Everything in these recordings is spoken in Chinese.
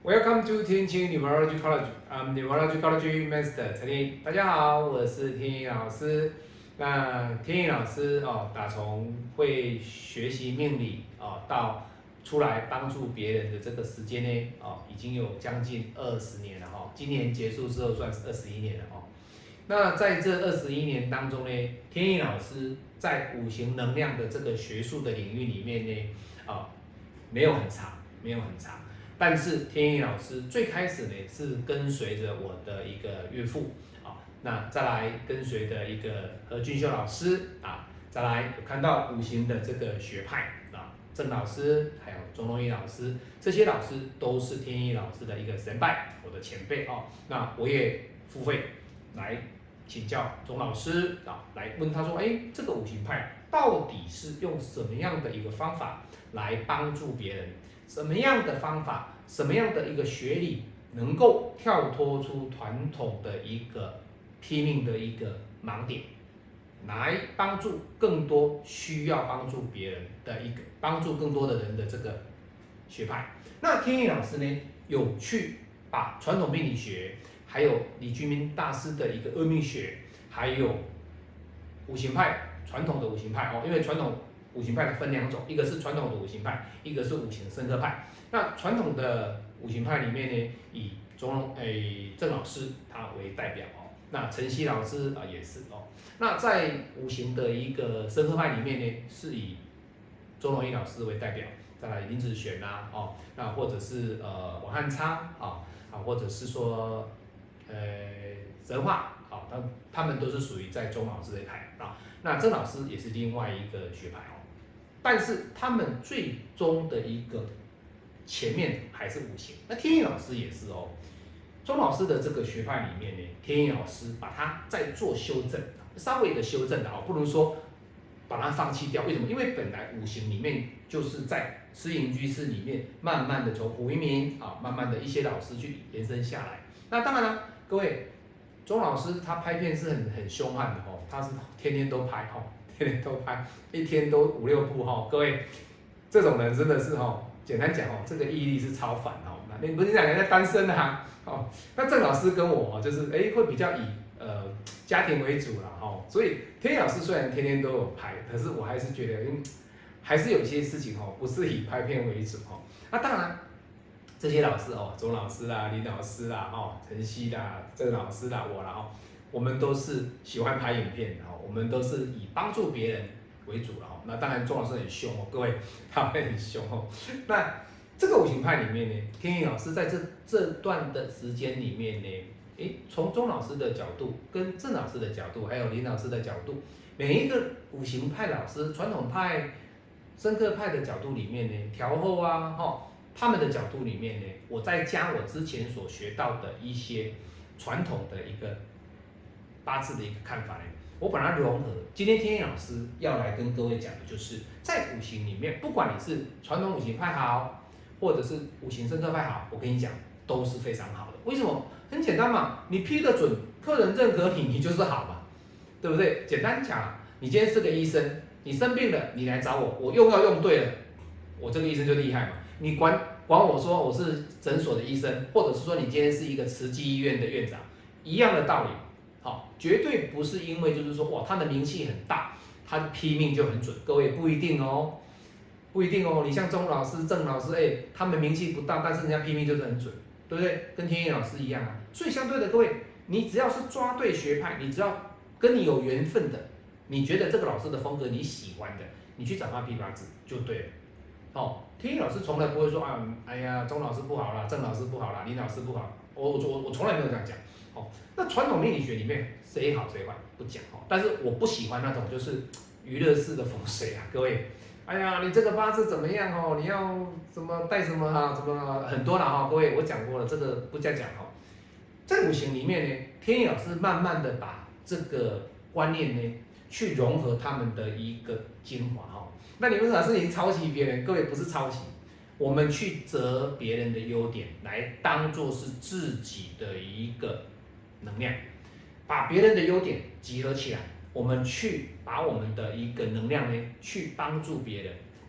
Welcome to 天晴 Numerology College. I'm Numerology College Master 陈立。大家好，我是天一老师。那天一老师打从会学习命理到出来帮助别人的这个时间呢已经有将近20年了今年结束之后算是21年了那在这21年当中呢，天一老师在五行能量的这个学术的领域里面呢没有很长，没有很长。但是天一老师最开始呢是跟随着我的一个岳父那再来跟随的一个何俊秀老师再来有看到五行的这个学派郑老师还有钟荣义老师，这些老师都是天一老师的一个神拜，我的前辈那我也付费来请教钟老师来问他说，这个五行派到底是用什么样的一个方法来帮助别人？什么样的方法，什么样的一个学理，能够跳脱出传统的一个批命的一个盲点，来帮助更多需要帮助别人的一个，帮助更多的人的这个学派。那天一老师呢，有去把传统命理学，还有李居明大师的一个厄命学，还有五行派，传统的五行派因为传统五行派分两种，一个是传统的五行派，一个是五行生克派。那传统的五行派里面呢，以郑老师他为代表那陈曦老师也是那在五行的一个生克派里面呢，是以周荣义老师为代表，再来林子璇那或者是王汉昌或者是说神话他们都是属于在钟老师这一派那郑老师也是另外一个学派但是他们最终的一个前面还是五行。那天一老师也是钟老师的这个学派里面呢，天一老师把它再做修正，稍微的修正不能说把它放弃掉。为什么？因为本来五行里面就是在诗吟居士里面慢慢的从胡一鸣慢慢的一些老师去延伸下来。那当然了，各位，钟老师他拍片是很凶悍的他是天天都拍天天都拍，一天都5、6部各位，这种人真的是简单讲这个毅力是超凡那你不是讲人家单身那郑老师跟我就是会比较以家庭为主啦所以天一老师虽然天天都有拍，可是我还是觉得还是有一些事情不是以拍片为主那当然这些老师钟老师啦、林老师啦、陈曦啦、郑老师啦、我啦我们都是喜欢拍影片的我们都是以帮助别人为主那当然钟老师很凶各位他会很凶那这个五行派里面呢，天一老师在这段的时间里面呢，从钟老师的角度、跟郑老师的角度，还有林老师的角度，每一个五行派老师、传统派、生克派的角度里面呢，调后他们的角度里面呢，我再加我之前所学到的一些传统的一个八字的一个看法呢，我把它融合。今天天一老师要来跟各位讲的就是在五行里面，不管你是传统五行派好，或者是五行生克派好，我跟你讲都是非常好的。为什么？很简单嘛，你批得准，客人认可你，你就是好嘛，对不对？简单讲，你今天是个医生，你生病了，你来找我，我用药用对了，我这个医生就厉害嘛。你管我说我是诊所的医生，或者是说你今天是一个慈济医院的院长，一样的道理。绝对不是因为就是说哇他的名气很大，他批命就很准，各位不一定不一定你像钟老师、郑老师，他们名气不大，但是人家批命就是很准，对不对？跟天一老师一样所以相对的，各位，你只要是抓对学派，你只要跟你有缘分的，你觉得这个老师的风格你喜欢的，你去找他批八字就对了。天一老师从来不会说哎呀，钟老师不好啦，郑老师不好啦，林老师不好，我从来没有这样讲。那传统命理学里面谁好谁坏不讲但是我不喜欢那种就是娱乐式的风水各位。哎呀，你这个八字怎么样你要怎么带什么怎么很多了各位我讲过了，这个不再讲在五行里面呢，天一老师慢慢的把这个观念呢去融合他们的一个精华那你们老师你抄袭别人，各位不是抄袭，我们去择别人的优点来当做是自己的一个能量，把别人的优点集合起来，我们去把我们的一个能量呢去帮助别人，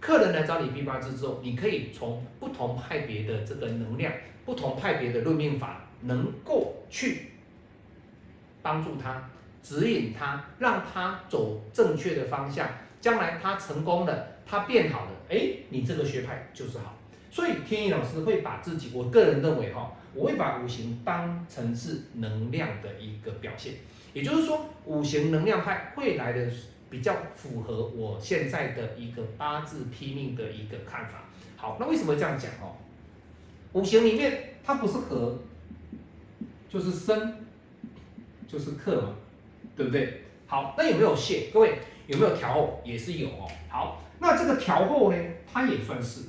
客人来找你批八字之后，你可以从不同派别的这个能量、不同派别的论命法，能够去帮助他、指引他，让他走正确的方向。将来他成功了，他变好了，你这个学派就是好。所以天意老师会把自己，我个人认为我会把五行当成是能量的一个表现，也就是说，五行能量派会来的比较符合我现在的一个八字批命的一个看法。好，那为什么这样讲五行里面它不是合，就是生，就是克嘛，对不对？好，那有没有泄？各位有没有调后？也是有好，那这个调后呢，它也算是。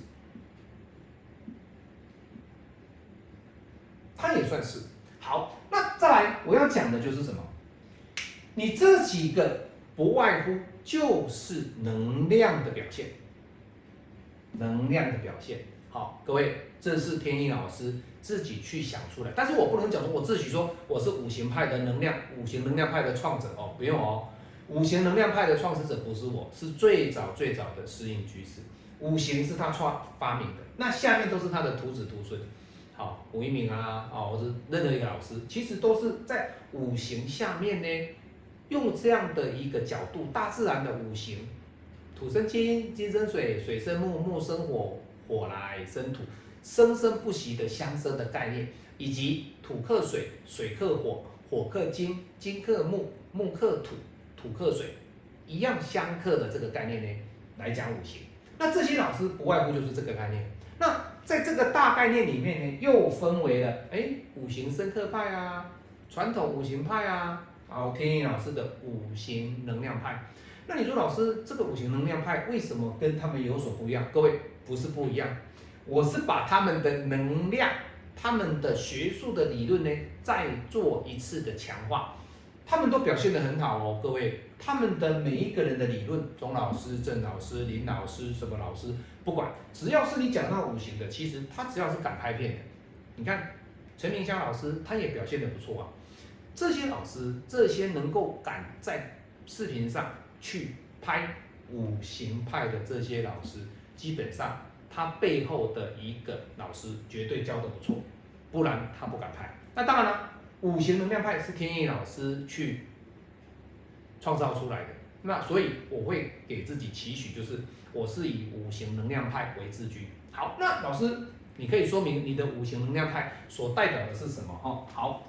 它也算是好，那再来我要讲的就是什么？你这几个不外乎就是能量的表现，能量的表现。好，各位，这是天意老师自己去想出来，但是我不能讲说我自己说我是五行派的能量，五行能量派的创者不用五行能量派的创始者不是我，是最早的适应居士，五行是他发明的，那下面都是他的徒子徒孙。好，吴一鸣或者任何一个老师，其实都是在五行下面呢，用这样的一个角度，大自然的五行，土生金，金生水，水生木，木生火，火来生土，生生不息的相生的概念，以及土克水，水克火，火克金，金克木，木克土，土克水，一样相克的这个概念呢，来讲五行。那这些老师不外乎就是这个概念。那在这个大概念里面呢，又分为了五行生克派传统五行派天意老师的五行能量派。那你说老师，这个五行能量派为什么跟他们有所不一样？各位，不是不一样，我是把他们的能量、他们的学术的理论呢，再做一次的强化。他们都表现得很好各位，他们的每一个人的理论，钟老师、郑老师、林老师、什么老师，不管，只要是你讲到五行的，其实他只要是敢拍片的，你看陈明香老师，他也表现得不错这些老师，这些能够敢在视频上去拍五行派的这些老师，基本上他背后的一个老师绝对教得不错，不然他不敢拍。那当然了。五行能量派是天意老师去创造出来的，那所以我会给自己期许，就是我是以五行能量派为自居。好，那老师，你可以说明你的五行能量派所代表的是什么？好，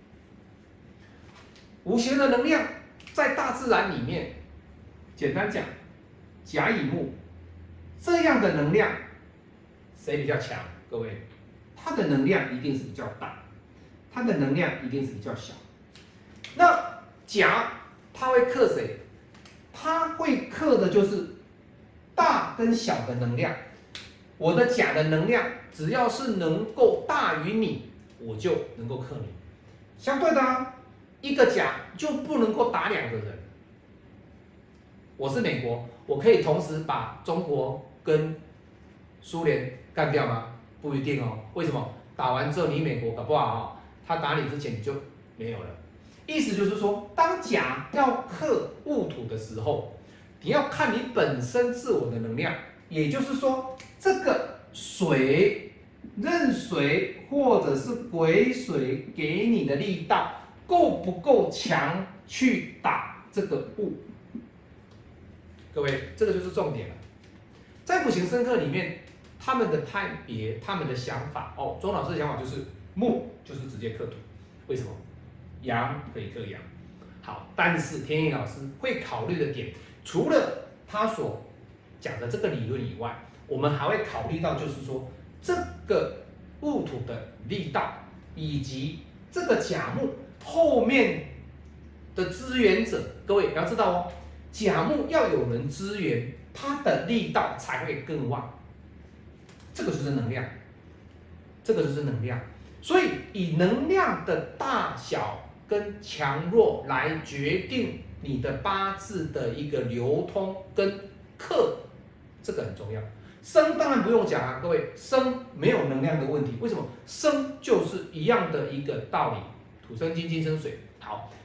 五行的能量在大自然里面，简单讲，甲乙木这样的能量，谁比较强？各位，它的能量一定是比较大。它的能量一定是比较小。那甲它会克谁？它会克的就是大跟小的能量。我的甲的能量只要是能够大于你，我就能够克你。相对的一个甲就不能够打两个人。我是美国，我可以同时把中国跟苏联干掉吗？不一定为什么？打完之后你美国搞不好他打你之前你就没有了，意思就是说，当甲要克戊土的时候，你要看你本身自我的能量，也就是说，这个水、壬水或者是癸水给你的力道够不够强去打这个戊？各位，这个就是重点了。在五行生克里面，他们的派别、他们的想法钟老师的想法就是。木就是直接克土，为什么？阳可以克阳。好，但是天意老师会考虑的点，除了他所讲的这个理论以外，我们还会考虑到，就是说这个戊土的力道，以及这个甲木后面的支援者。各位要知道甲木要有人支援，它的力道才会更旺。这个就是能量，这个就是能量。所以以能量的大小跟强弱来决定你的八字的一个流通跟克，这个很重要。生当然不用讲各位，生没有能量的问题，为什么？生就是一样的一个道理，土生金，金生水。好，那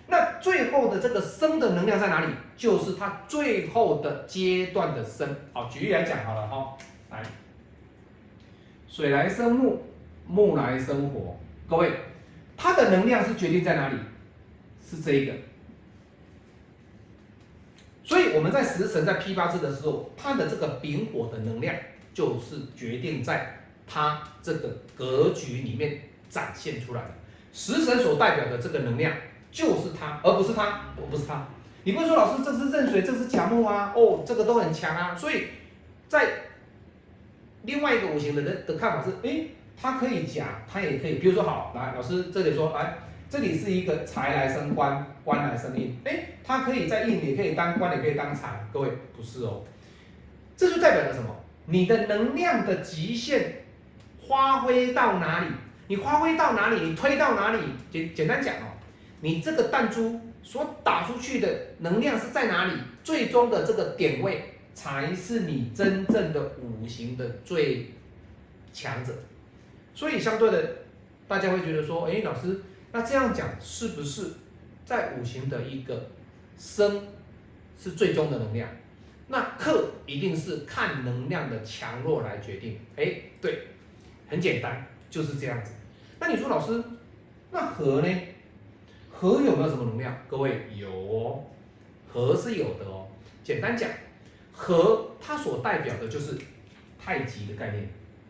最后的这个生的能量在哪里？就是它最后的阶段的生。好，举例来讲好了哈，来，水来生木，木来生火，各位，它的能量是决定在哪里？是这一个。所以我们在食神在批八字的时候，它的这个丙火的能量就是决定在它这个格局里面展现出来的。食神所代表的这个能量就是它，而不是它，不是它。你不会说老师这是壬水，这是甲木啊，哦，这个都很强啊。所以在另外一个五行的人的看法是，它可以甲，它也可以。比如说好，来老师这里说，来这里是一个财来生官，官来生印，它可以在印也可以当官，也可以当财。各位不是哦，这就代表了什么？你的能量的极限发挥到哪里？你发挥到哪里？你推到哪里？简单讲哦，你这个弹珠所打出去的能量是在哪里？最终的这个点位才是你真正的五行的最强者。所以相对的，大家会觉得说，老师，那这样讲是不是在五行的一个生是最终的能量？那克一定是看能量的强弱来决定。对，很简单，就是这样子。那你说老师，那合呢？合有没有什么能量？各位有哦，合是有的哦。简单讲，合它所代表的就是太极的概念。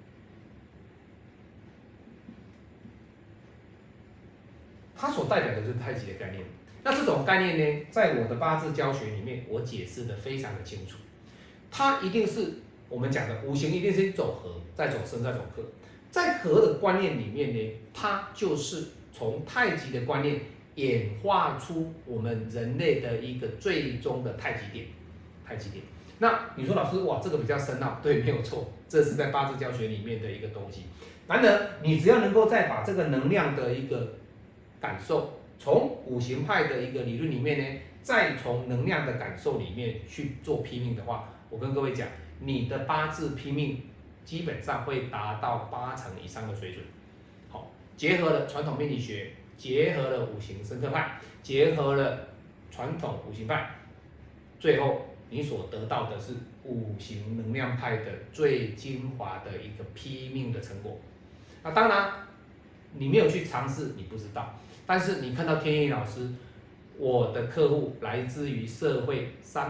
它所代表的就是太极的概念。那这种概念呢，在我的八字教学里面，我解释的非常的清楚。它一定是我们讲的五行，一定是走合，再走生，再走克。在合的观念里面呢，它就是从太极的观念演化出我们人类的一个最终的太极点。太极点。那你说老师，哇，这个比较深奥，对，没有错，这是在八字教学里面的一个东西。然而，你只要能够再把这个能量的一个感受，从五行派的一个理论里面呢，再从能量的感受里面去做批命的话，我跟各位讲，你的八字批命基本上会达到80%以上的水准。好，结合了传统命理学，结合了五行生克派，结合了传统五行派，最后你所得到的是五行能量派的最精华的一个批命的成果。那当然，你没有去尝试，你不知道。但是你看到天意老师，我的客户来自于社会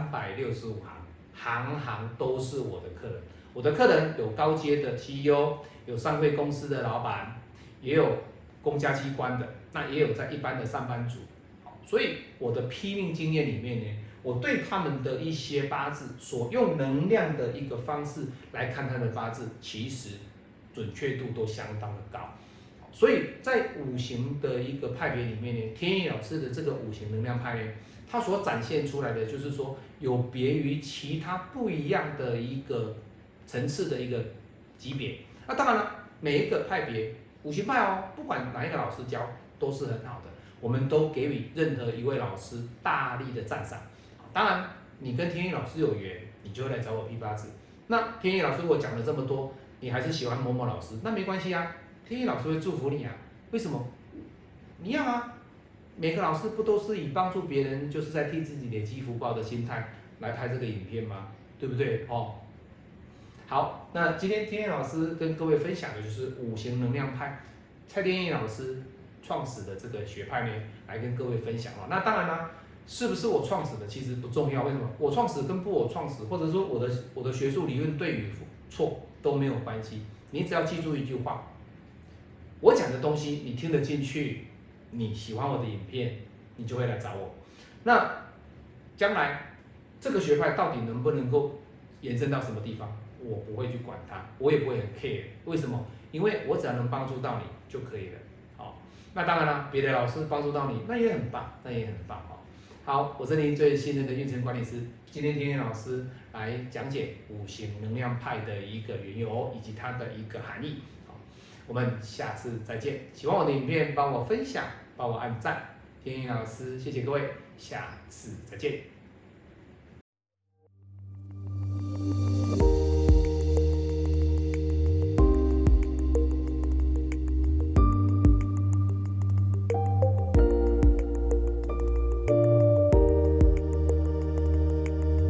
365行，行行都是我的客人。我的客人有高阶的 CEO， 有上柜公司的老板，也有公家机关的，那也有在一般的上班族。所以我的批命经验里面呢，我对他们的一些八字所用能量的一个方式来看他们的八字，其实准确度都相当的高。所以在五行的一个派别里面呢，天意老师的这个五行能量派呢，它所展现出来的就是说，有别于其他不一样的一个层次的一个级别。那当然了，每一个派别五行派哦，不管哪一个老师教都是很好的，我们都给予任何一位老师大力的赞赏。当然，你跟天意老师有缘，你就会来找我批八字。那天意老师我讲了这么多，你还是喜欢某某老师，那没关系啊。天意老师会祝福你啊？为什么？一样啊，每个老师不都是以帮助别人，就是在替自己累积福报的心态来拍这个影片吗？对不对？哦，好，那今天天意老师跟各位分享的就是五行能量派，蔡天意老师创始的这个学派呢，来跟各位分享哦。那当然啦，是不是我创始的其实不重要，为什么？我创始跟不我创始，或者说我的学术理论对与错都没有关系，你只要记住一句话。我讲的东西你听得进去，你喜欢我的影片，你就会来找我。那将来这个学派到底能不能够延伸到什么地方，我不会去管它，我也不会很 care。为什么？因为我只要能帮助到你就可以了。好，那当然了，别的老师帮助到你，那也很棒，那也很棒哦。好，我是您最信任的运程管理师，今天天天老师来讲解五行能量派的一个缘由以及它的一个含义。我们下次再见。喜欢我的影片，帮我分享，帮我按赞。天意老师，谢谢各位，下次再见。